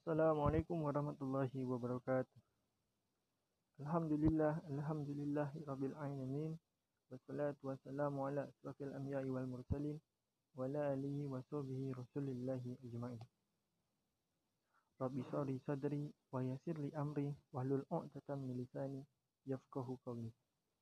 Assalamualaikum warahmatullahi wabarakatuh. Alhamdulillahirabbil alamin. Wassalatu wassalamu ala asrofil anbiya'i wal mursalin wa ala alihi wa sahbihi rasulillahi ajma'in. Rabbi shrah sadri wa yassir li amri wahlul 'uqdatam min lisani yafqahu qawli.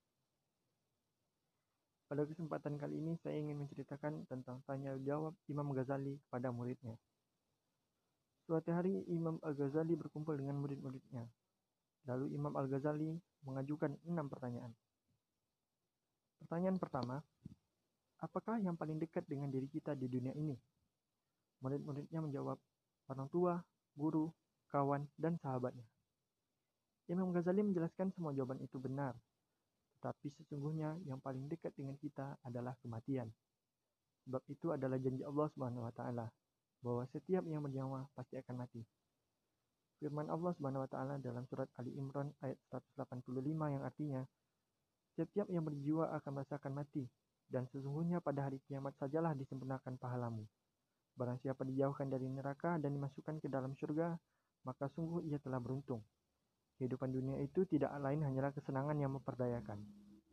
Pada kesempatan kali ini saya ingin menceritakan tentang tanya jawab Imam Ghazali kepada muridnya. Suatu hari Imam Al-Ghazali berkumpul dengan murid-muridnya. Lalu Imam Al-Ghazali mengajukan 6 pertanyaan. Pertanyaan pertama, apakah yang paling dekat dengan diri kita di dunia ini? Murid-muridnya menjawab, orang tua, guru, kawan, dan sahabatnya. Imam Ghazali menjelaskan semua jawaban itu benar, tetapi sesungguhnya yang paling dekat dengan kita adalah kematian. Sebab itu adalah janji Allah Subhanahu wa taala bahwa setiap yang bernyawa pasti akan mati. Firman Allah Subhanahu wa taala dalam surat Ali Imran ayat 185 yang artinya, setiap yang berjiwa akan merasakan mati, dan sesungguhnya pada hari kiamat sajalah disempurnakan pahalamu. Barang siapa dijauhkan dari neraka dan dimasukkan ke dalam surga, maka sungguh ia telah beruntung. Kehidupan dunia itu tidak lain hanyalah kesenangan yang memperdayakan.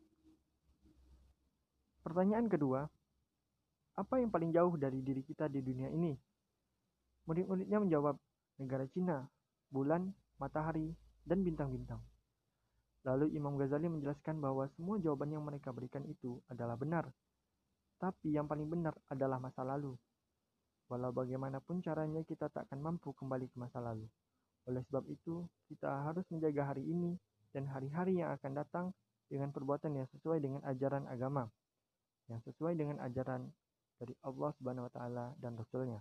Pertanyaan kedua, apa yang paling jauh dari diri kita di dunia ini? Murid-muridnya menjawab, negara Cina, bulan, matahari, dan bintang-bintang. Lalu Imam Ghazali menjelaskan bahwa semua jawaban yang mereka berikan itu adalah benar. Tapi yang paling benar adalah masa lalu. Walau bagaimanapun caranya kita tak akan mampu kembali ke masa lalu. Oleh sebab itu, kita harus menjaga hari ini dan hari-hari yang akan datang dengan perbuatan yang sesuai dengan ajaran agama, yang sesuai dengan ajaran dari Allah Subhanahu wa taala dan Rasul-Nya.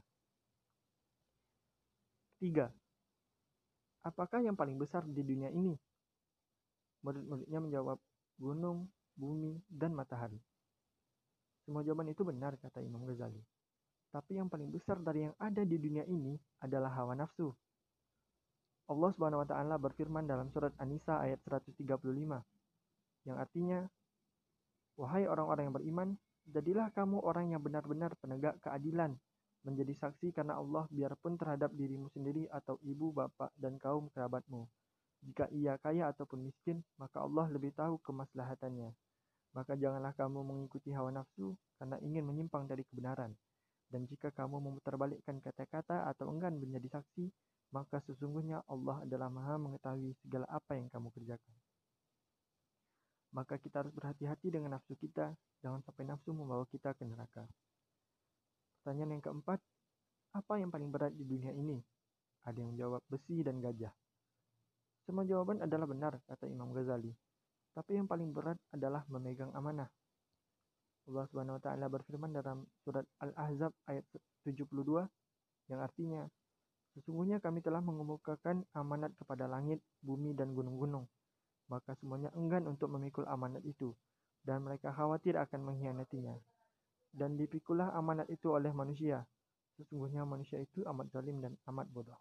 Ketiga, apakah yang paling besar di dunia ini? Murid-muridnya menjawab, gunung, bumi, dan matahari. Semua jawaban itu benar, kata Imam Ghazali. Tapi yang paling besar dari yang ada di dunia ini adalah hawa nafsu. Allah Subhanahu wa taala berfirman dalam surat An-Nisa ayat 135 yang artinya, wahai orang-orang yang beriman, jadilah kamu orang yang benar-benar penegak keadilan, menjadi saksi karena Allah biarpun terhadap dirimu sendiri atau ibu, bapak, dan kaum kerabatmu. Jika ia kaya ataupun miskin, maka Allah lebih tahu kemaslahatannya. Maka janganlah kamu mengikuti hawa nafsu karena ingin menyimpang dari kebenaran. Dan jika kamu memutarbalikkan kata-kata atau enggan menjadi saksi, maka sesungguhnya Allah adalah Maha mengetahui segala apa yang kamu kerjakan. Maka kita harus berhati-hati dengan nafsu kita, jangan sampai nafsu membawa kita ke neraka. Pertanyaan yang keempat, apa yang paling berat di dunia ini? Ada yang menjawab besi dan gajah. Semua jawaban adalah benar, kata Imam Ghazali. Tapi yang paling berat adalah memegang amanah. Allah Subhanahu wa taala berfirman dalam surat Al-Ahzab ayat 72 yang artinya, sesungguhnya kami telah mengemukakan amanat kepada langit, bumi, dan gunung-gunung. Maka semuanya enggan untuk memikul amanat itu, dan mereka khawatir akan mengkhianatinya. Dan dipikulah amanat itu oleh manusia. Sesungguhnya manusia itu amat zalim dan amat bodoh.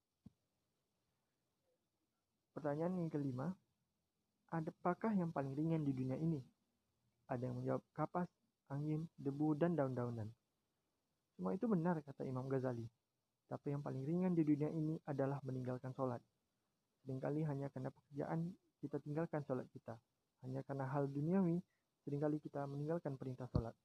Pertanyaan yang kelima, apakah yang paling ringan di dunia ini? Ada yang menjawab kapas, angin, debu, dan daun-daunan. Semua itu benar, kata Imam Ghazali. Tapi yang paling ringan di dunia ini adalah meninggalkan sholat. Seringkali hanya karena pekerjaan kita tinggalkan sholat kita. Hanya karena hal duniawi, seringkali kita meninggalkan perintah sholat.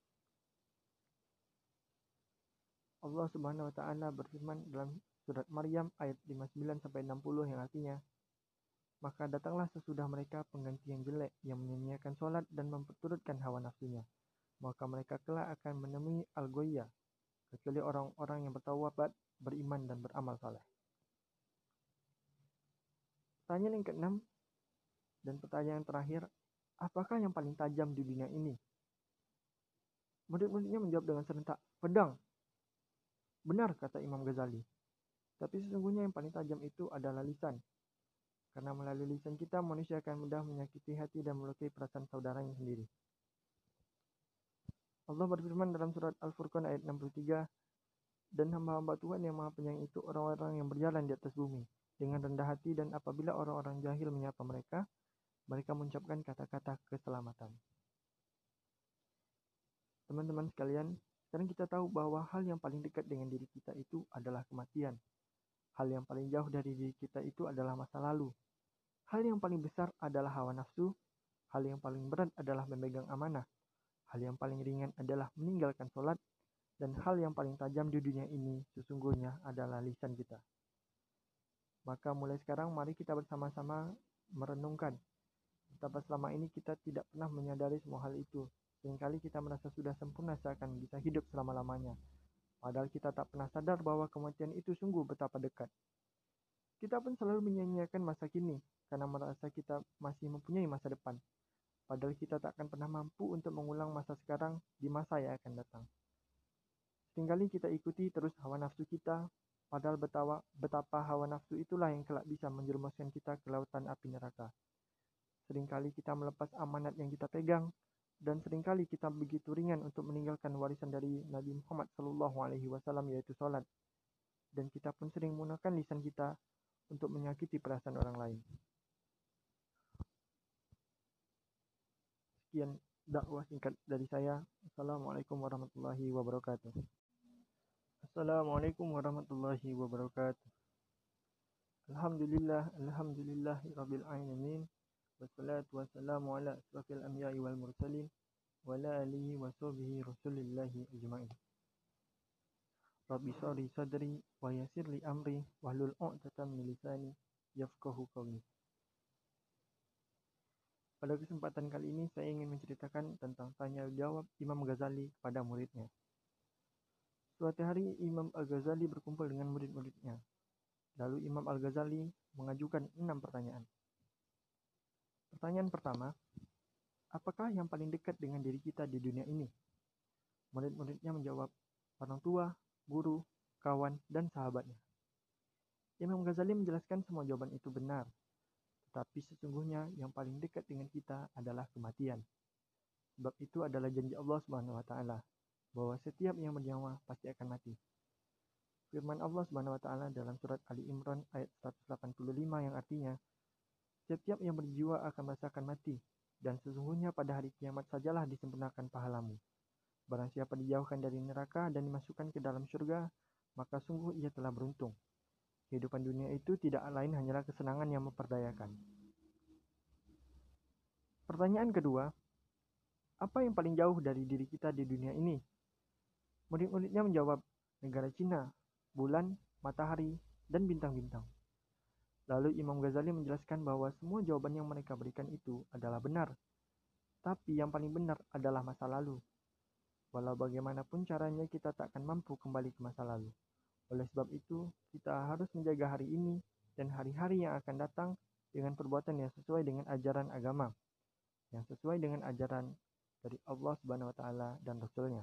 Allah Subhanahu wa taala berfirman dalam surat Maryam ayat 59-60 yang artinya, maka datanglah sesudah mereka pengganti yang jelek yang menyia-nyiakan sholat dan memperturutkan hawa nafsunya. Maka mereka kelak akan menemui al-Ghoyya, kecuali orang-orang yang bertaubat, beriman, dan beramal saleh. Pertanyaan yang keenam dan pertanyaan terakhir, apakah yang paling tajam di dunia ini? Murid-muridnya menjawab dengan serentak, pedang. Benar, kata Imam Ghazali. Tapi sesungguhnya yang paling tajam itu adalah lisan. Karena melalui lisan kita, manusia akan mudah menyakiti hati dan melukai perasaan saudaranya sendiri. Allah berfirman dalam surat Al-Furqan ayat 63, dan hamba-hamba Tuhan yang maha penyayang itu orang-orang yang berjalan di atas bumi dengan rendah hati, dan apabila orang-orang jahil menyapa mereka, mereka mengucapkan kata-kata keselamatan. Teman-teman sekalian, sekarang kita tahu bahwa hal yang paling dekat dengan diri kita itu adalah kematian. Hal yang paling jauh dari diri kita itu adalah masa lalu. Hal yang paling besar adalah hawa nafsu. Hal yang paling berat adalah memegang amanah. Hal yang paling ringan adalah meninggalkan sholat. Dan hal yang paling tajam di dunia ini sesungguhnya adalah lisan kita. Maka mulai sekarang mari kita bersama-sama merenungkan betapa selama ini kita tidak pernah menyadari semua hal itu. Seringkali kita merasa sudah sempurna seakan bisa hidup selama-lamanya. Padahal kita tak pernah sadar bahwa kematian itu sungguh betapa dekat. Kita pun selalu menyia-nyiakan masa kini karena merasa kita masih mempunyai masa depan. Padahal kita tak akan pernah mampu untuk mengulang masa sekarang di masa yang akan datang. Seringkali kita ikuti terus hawa nafsu kita, padahal betapa hawa nafsu itulah yang kelak bisa menjerumuskan kita ke lautan api neraka. Seringkali kita melepas amanat yang kita pegang, dan seringkali kita begitu ringan untuk meninggalkan warisan dari Nabi Muhammad SAW, yaitu sholat. Dan kita pun sering menggunakan lisan kita untuk menyakiti perasaan orang lain. Sekian dakwah singkat dari saya. Assalamualaikum warahmatullahi wabarakatuh. Assalamualaikum warahmatullahi wabarakatuh. Alhamdulillah, rabbil alamin. Wassalatu wassalamu ala asrafil anbiya'i wal mursalin wa ala alihi wa sahbihi rasulillahi ajma'in. Rabbi shrah sadri wa yassir li amri wahlul 'uqdatam min lisani yafqahu qawli. Pada kesempatan kali ini saya ingin menceritakan tentang tanya jawab Imam Ghazali kepada muridnya. Suatu hari Imam Al-Ghazali berkumpul dengan murid-muridnya. Lalu Imam Al-Ghazali mengajukan 6 pertanyaan. Pertanyaan pertama, apakah yang paling dekat dengan diri kita di dunia ini? Murid-muridnya menjawab, orang tua, guru, kawan, dan sahabatnya. Imam Ghazali menjelaskan semua jawaban itu benar, tetapi sesungguhnya yang paling dekat dengan kita adalah kematian. Sebab itu adalah janji Allah Subhanahu wa taala bahwa setiap yang bernyawa pasti akan mati. Firman Allah Subhanahu wa taala dalam surat Ali Imran ayat 185 yang artinya, setiap yang berjiwa akan merasakan mati, dan sesungguhnya pada hari kiamat sajalah disempurnakan pahalamu. Barang siapa dijauhkan dari neraka dan dimasukkan ke dalam surga, maka sungguh ia telah beruntung. Kehidupan dunia itu tidak lain hanyalah kesenangan yang memperdayakan. Pertanyaan kedua, apa yang paling jauh dari diri kita di dunia ini? Murid-muridnya menjawab, negara Cina, bulan, matahari, dan bintang-bintang. Lalu Imam Ghazali menjelaskan bahwa semua jawaban yang mereka berikan itu adalah benar. Tapi yang paling benar adalah masa lalu. Walau bagaimanapun caranya kita tak akan mampu kembali ke masa lalu. Oleh sebab itu, kita harus menjaga hari ini dan hari-hari yang akan datang dengan perbuatan yang sesuai dengan ajaran agama, yang sesuai dengan ajaran dari Allah Subhanahu wa taala dan Rasul-Nya.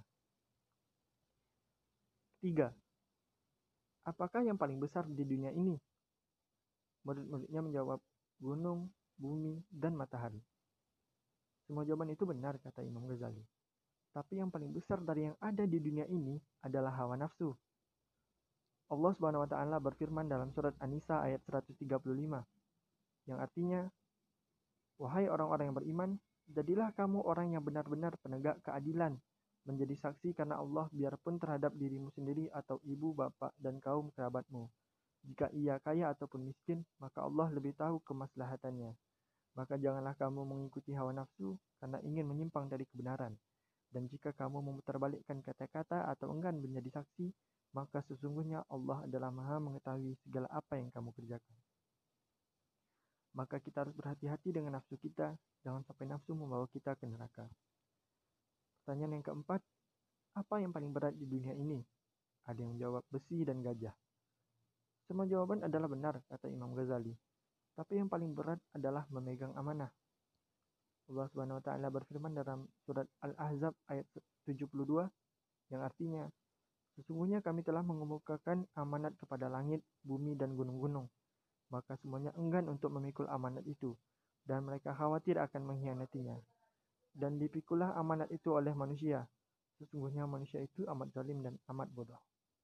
Ketiga, apakah yang paling besar di dunia ini? Murid-muridnya menjawab, gunung, bumi, dan matahari. Semua jawaban itu benar, kata Imam Ghazali. Tapi yang paling besar dari yang ada di dunia ini adalah hawa nafsu. Allah Subhanahu wa taala berfirman dalam surat An-Nisa ayat 135 yang artinya, wahai orang-orang yang beriman, jadilah kamu orang yang benar-benar penegak keadilan, menjadi saksi karena Allah biarpun terhadap dirimu sendiri atau ibu, bapak, dan kaum kerabatmu. Jika ia kaya ataupun miskin, maka Allah lebih tahu kemaslahatannya. Maka janganlah kamu mengikuti hawa nafsu karena ingin menyimpang dari kebenaran. Dan jika kamu memutarbalikkan kata-kata atau enggan menjadi saksi, maka sesungguhnya Allah adalah Maha mengetahui segala apa yang kamu kerjakan. Maka kita harus berhati-hati dengan nafsu kita, jangan sampai nafsu membawa kita ke neraka. Pertanyaan yang keempat, apa yang paling berat di dunia ini? Ada yang menjawab besi dan gajah. Semua jawaban adalah benar, kata Imam Ghazali. Tapi yang paling berat adalah memegang amanah. Allah Subhanahu wa taala berfirman dalam surat Al-Ahzab ayat 72 yang artinya, sesungguhnya kami telah mengemukakan amanat kepada langit, bumi, dan gunung-gunung. Maka semuanya enggan untuk memikul amanat itu, dan mereka khawatir akan mengkhianatinya. Dan dipikulah amanat itu oleh manusia. Sesungguhnya manusia itu amat zalim dan amat bodoh.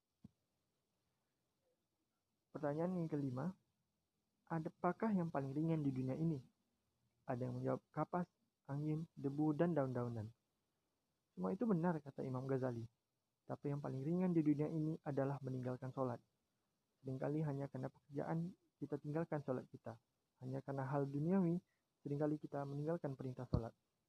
Pertanyaan yang kelima, apakah yang paling ringan di dunia ini? Ada yang menjawab kapas, angin, debu, dan daun-daunan. Semua itu benar, kata Imam Ghazali. Tapi yang paling ringan di dunia ini adalah meninggalkan sholat. seringkali hanya karena pekerjaan kita tinggalkan sholat kita. Hanya karena hal duniawi, seringkali kita meninggalkan perintah sholat.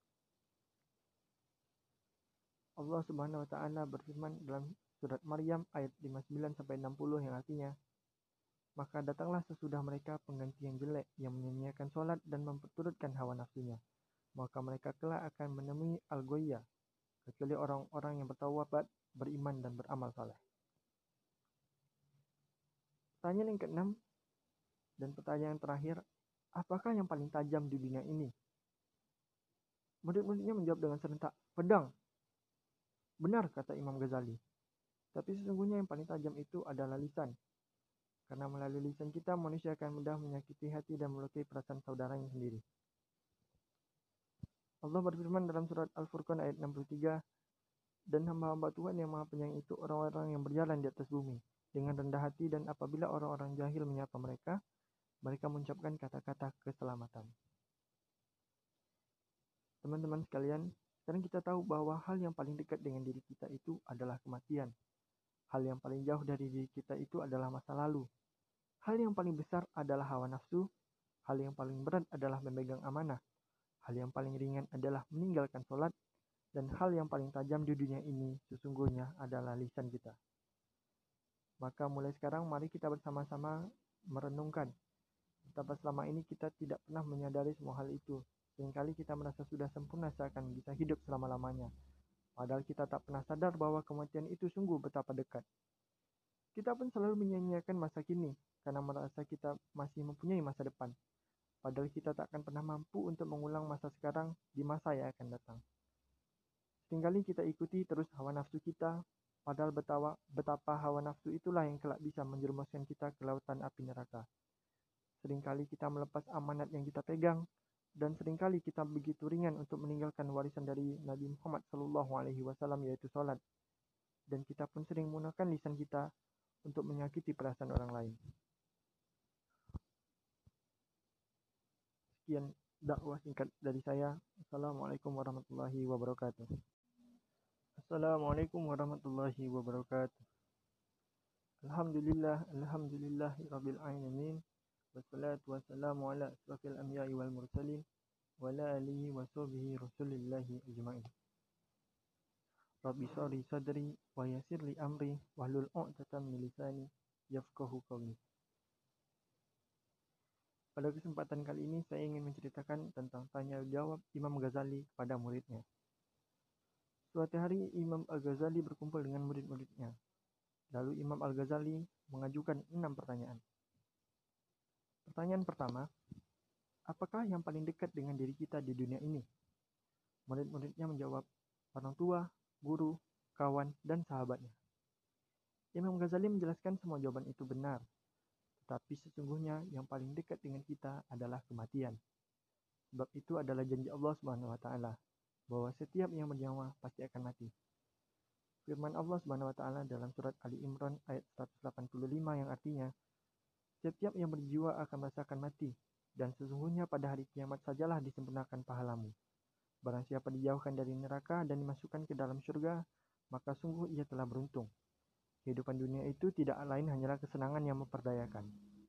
Allah Subhanahu wa Ta'ala berfirman dalam surat Maryam ayat 59-60 yang artinya, maka datanglah sesudah mereka pengganti yang jelek yang menyanyiakan sholat dan memperturutkan hawa nafsunya. Maka mereka kelak akan menemui al-Ghawiyah, kecuali orang-orang yang bertaubat, beriman dan beramal saleh. Pertanyaan yang keenam dan pertanyaan terakhir, apakah yang paling tajam di dunia ini? Murid-muridnya menjawab dengan serentak, pedang. Benar, kata Imam Ghazali. Tapi sesungguhnya yang paling tajam itu adalah lisan. Karena melalui lisan kita, manusia akan mudah menyakiti hati dan melukai perasaan saudaranya sendiri. Allah berfirman dalam surat Al-Furqan ayat 63, dan hamba-hamba Tuhan yang Maha Penyayang itu orang-orang yang berjalan di atas bumi dengan rendah hati, dan apabila orang-orang jahil menyapa mereka, mereka mengucapkan kata-kata keselamatan. Teman-teman sekalian, sekarang kita tahu bahwa hal yang paling dekat dengan diri kita itu adalah kematian. Hal yang paling jauh dari diri kita itu adalah masa lalu. Hal yang paling besar adalah hawa nafsu. Hal yang paling berat adalah memegang amanah. Hal yang paling ringan adalah meninggalkan sholat. Dan hal yang paling tajam di dunia ini sesungguhnya adalah lisan kita. Maka mulai sekarang mari kita bersama-sama merenungkan betapa selama ini kita tidak pernah menyadari semua hal itu. Seringkali kita merasa sudah sempurna seakan bisa hidup selama-lamanya. Padahal kita tak pernah sadar bahwa kematian itu sungguh betapa dekat. Kita pun selalu menyanyiakan masa kini karena merasa kita masih mempunyai masa depan. Padahal kita tak akan pernah mampu untuk mengulang masa sekarang di masa yang akan datang. Seringkali kita ikuti terus hawa nafsu kita, padahal betapa hawa nafsu itulah yang kelak bisa menjerumuskan kita ke lautan api neraka. Seringkali kita melepas amanat yang kita pegang, dan seringkali kita begitu ringan untuk meninggalkan warisan dari Nabi Muhammad SAW, yaitu sholat. Dan kita pun sering menggunakan lisan kita untuk menyakiti perasaan orang lain. Sekian dakwah singkat dari saya. Assalamualaikum warahmatullahi wabarakatuh. Assalamualaikum warahmatullahi wabarakatuh. Alhamdulillah, rabbil alamin. Wassalatu wassalamu ala asrafil anbiya'i wal mursalin wa ala alihi wa sahbihi rasulillahi ajma'in. Rabbi shrah li sadri wa yassir li amri wahlul 'uqdatam min lisani yafqahu qawli. Pada kesempatan kali ini saya ingin menceritakan tentang tanya jawab Imam Ghazali kepada muridnya. Suatu hari Imam Al-Ghazali berkumpul dengan murid-muridnya. Lalu Imam Al-Ghazali mengajukan 6 pertanyaan. Pertanyaan pertama, apakah yang paling dekat dengan diri kita di dunia ini? Murid-muridnya menjawab, orang tua, guru, kawan, dan sahabatnya. Imam Ghazali menjelaskan semua jawaban itu benar, tetapi sesungguhnya yang paling dekat dengan kita adalah kematian. Sebab itu adalah janji Allah Subhanahu wa Ta'ala, bahwa setiap yang bernyawa pasti akan mati. Firman Allah Subhanahu wa Ta'ala dalam surat Ali Imran ayat 185 yang artinya, setiap yang berjiwa akan merasakan mati, dan sesungguhnya pada hari kiamat sajalah disempurnakan pahalamu. Barang siapa dijauhkan dari neraka dan dimasukkan ke dalam surga, maka sungguh ia telah beruntung. Kehidupan dunia itu tidak lain hanyalah kesenangan yang memperdayakan.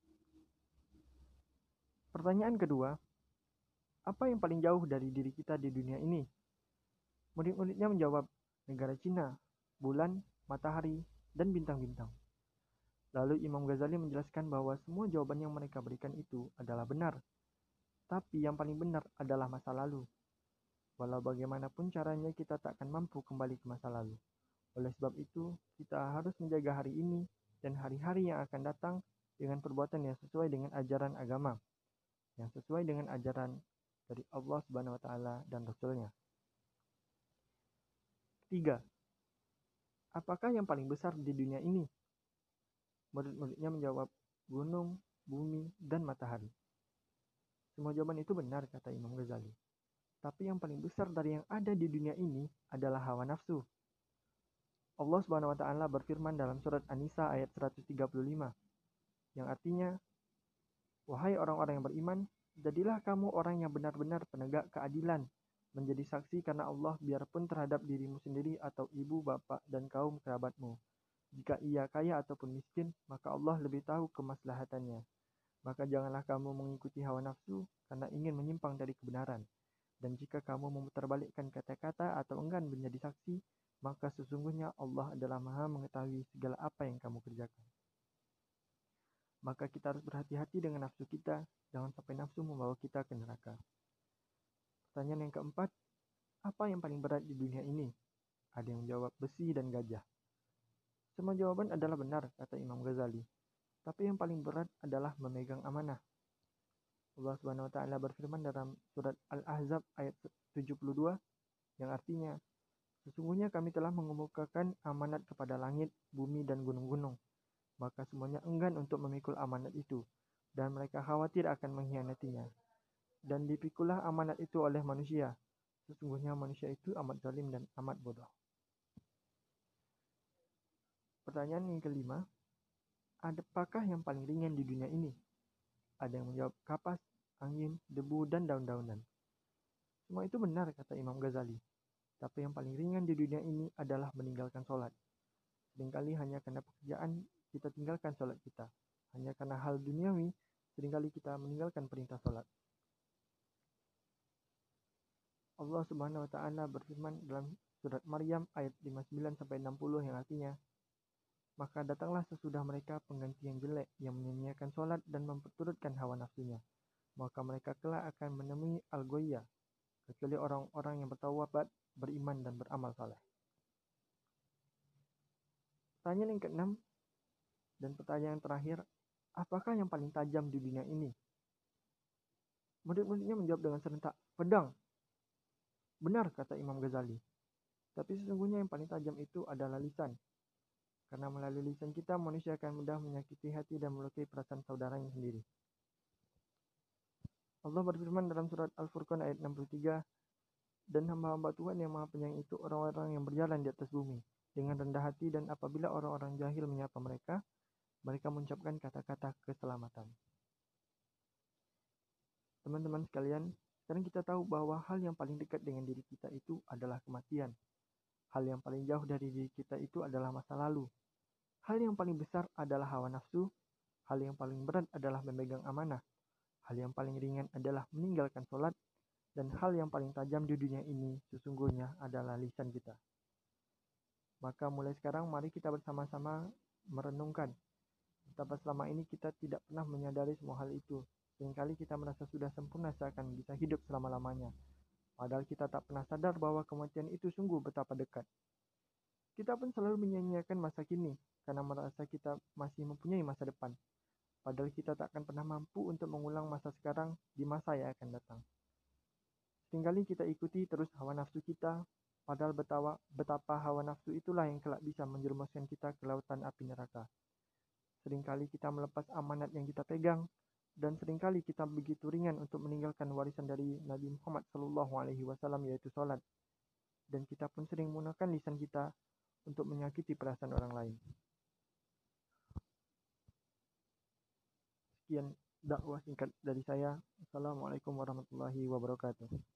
Pertanyaan kedua, apa yang paling jauh dari diri kita di dunia ini? Murid-muridnya menjawab, negara Cina, bulan, matahari, dan bintang-bintang. Lalu Imam Ghazali menjelaskan bahwa semua jawaban yang mereka berikan itu adalah benar. Tapi yang paling benar adalah masa lalu. Walau bagaimanapun caranya kita tak akan mampu kembali ke masa lalu. Oleh sebab itu, kita harus menjaga hari ini dan hari-hari yang akan datang dengan perbuatan yang sesuai dengan ajaran agama, yang sesuai dengan ajaran dari Allah Subhanahu wa Ta'ala dan Rasul-Nya. Ketiga, apakah yang paling besar di dunia ini? Murid-muridnya menjawab, gunung, bumi, dan matahari. Semua jawaban itu benar, kata Imam Ghazali. Tapi yang paling besar dari yang ada di dunia ini adalah hawa nafsu. Allah Subhanahu wa Ta'ala berfirman dalam surat An-Nisa ayat 135, yang artinya, wahai orang-orang yang beriman, jadilah kamu orang yang benar-benar penegak keadilan, menjadi saksi karena Allah biarpun terhadap dirimu sendiri atau ibu, bapak, dan kaum kerabatmu. Jika ia kaya ataupun miskin, maka Allah lebih tahu kemaslahatannya. Maka janganlah kamu mengikuti hawa nafsu karena ingin menyimpang dari kebenaran. Dan jika kamu memutarbalikkan kata-kata atau enggan menjadi saksi, maka sesungguhnya Allah adalah Maha mengetahui segala apa yang kamu kerjakan. Maka kita harus berhati-hati dengan nafsu kita, jangan sampai nafsu membawa kita ke neraka. Pertanyaan yang keempat, apa yang paling berat di dunia ini? Ada yang menjawab besi dan gajah. Semua jawaban adalah benar, kata Imam Ghazali. Tapi yang paling berat adalah memegang amanah. Allah Subhanahu wa taala berfirman dalam surat Al-Ahzab ayat 72 yang artinya, sesungguhnya kami telah mengemukakan amanat kepada langit, bumi, dan gunung-gunung. Maka semuanya enggan untuk memikul amanat itu, dan mereka khawatir akan mengkhianatinya. Dan dipikulah amanat itu oleh manusia. Sesungguhnya manusia itu amat zalim dan amat bodoh. Pertanyaan yang kelima, apakah yang paling ringan di dunia ini? Ada yang menjawab kapas, angin, debu, dan daun-daunan. Semua itu benar, kata Imam Ghazali. Tapi yang paling ringan di dunia ini adalah meninggalkan sholat. Seringkali hanya karena pekerjaan kita tinggalkan sholat kita. Hanya karena hal duniawi, seringkali kita meninggalkan perintah sholat. Allah Subhanahu wa taala berfirman dalam surat Maryam ayat 59-60 yang artinya, maka datanglah sesudah mereka pengganti yang jelek yang menyia-nyiakan sholat dan memperturutkan hawa nafsunya. Maka mereka kelak akan menemui al-Ghawiyah, kecuali orang-orang yang bertaubat, beriman, dan beramal saleh. Pertanyaan yang keenam dan pertanyaan terakhir, apakah yang paling tajam di dunia ini? Murid-muridnya menjawab dengan serentak, pedang. Benar, kata Imam Ghazali. Tapi sesungguhnya yang paling tajam itu adalah lisan. Karena melalui lisan kita, manusia akan mudah menyakiti hati dan melukai perasaan saudaranya sendiri. Allah berfirman dalam surat Al-Furqan ayat 63, dan hamba-hamba Tuhan yang Maha Penyayang itu orang-orang yang berjalan di atas bumi dengan rendah hati, dan apabila orang-orang jahil menyapa mereka, mereka mengucapkan kata-kata keselamatan. Teman-teman sekalian, sekarang kita tahu bahwa hal yang paling dekat dengan diri kita itu adalah kematian. Hal yang paling jauh dari diri kita itu adalah masa lalu. Hal yang paling besar adalah hawa nafsu. Hal yang paling berat adalah memegang amanah. Hal yang paling ringan adalah meninggalkan sholat. Dan hal yang paling tajam di dunia ini sesungguhnya adalah lisan kita. Maka mulai sekarang mari kita bersama-sama merenungkan betapa selama ini kita tidak pernah menyadari semua hal itu. Seringkali kita merasa sudah sempurna seakan bisa hidup selama-lamanya. Padahal kita tak pernah sadar bahwa kematian itu sungguh betapa dekat. Kita pun selalu menyia-nyiakan masa kini karena merasa kita masih mempunyai masa depan. Padahal kita tak akan pernah mampu untuk mengulang masa sekarang di masa yang akan datang. Seringkali kita ikuti terus hawa nafsu kita, padahal betapa hawa nafsu itulah yang kelak bisa menjerumuskan kita ke lautan api neraka. Seringkali kita melepas amanat yang kita pegang, dan seringkali kita begitu ringan untuk meninggalkan warisan dari Nabi Muhammad SAW, yaitu sholat. Dan kita pun sering menggunakan lisan kita untuk menyakiti perasaan orang lain. Sekian dakwah singkat dari saya. Assalamualaikum warahmatullahi wabarakatuh.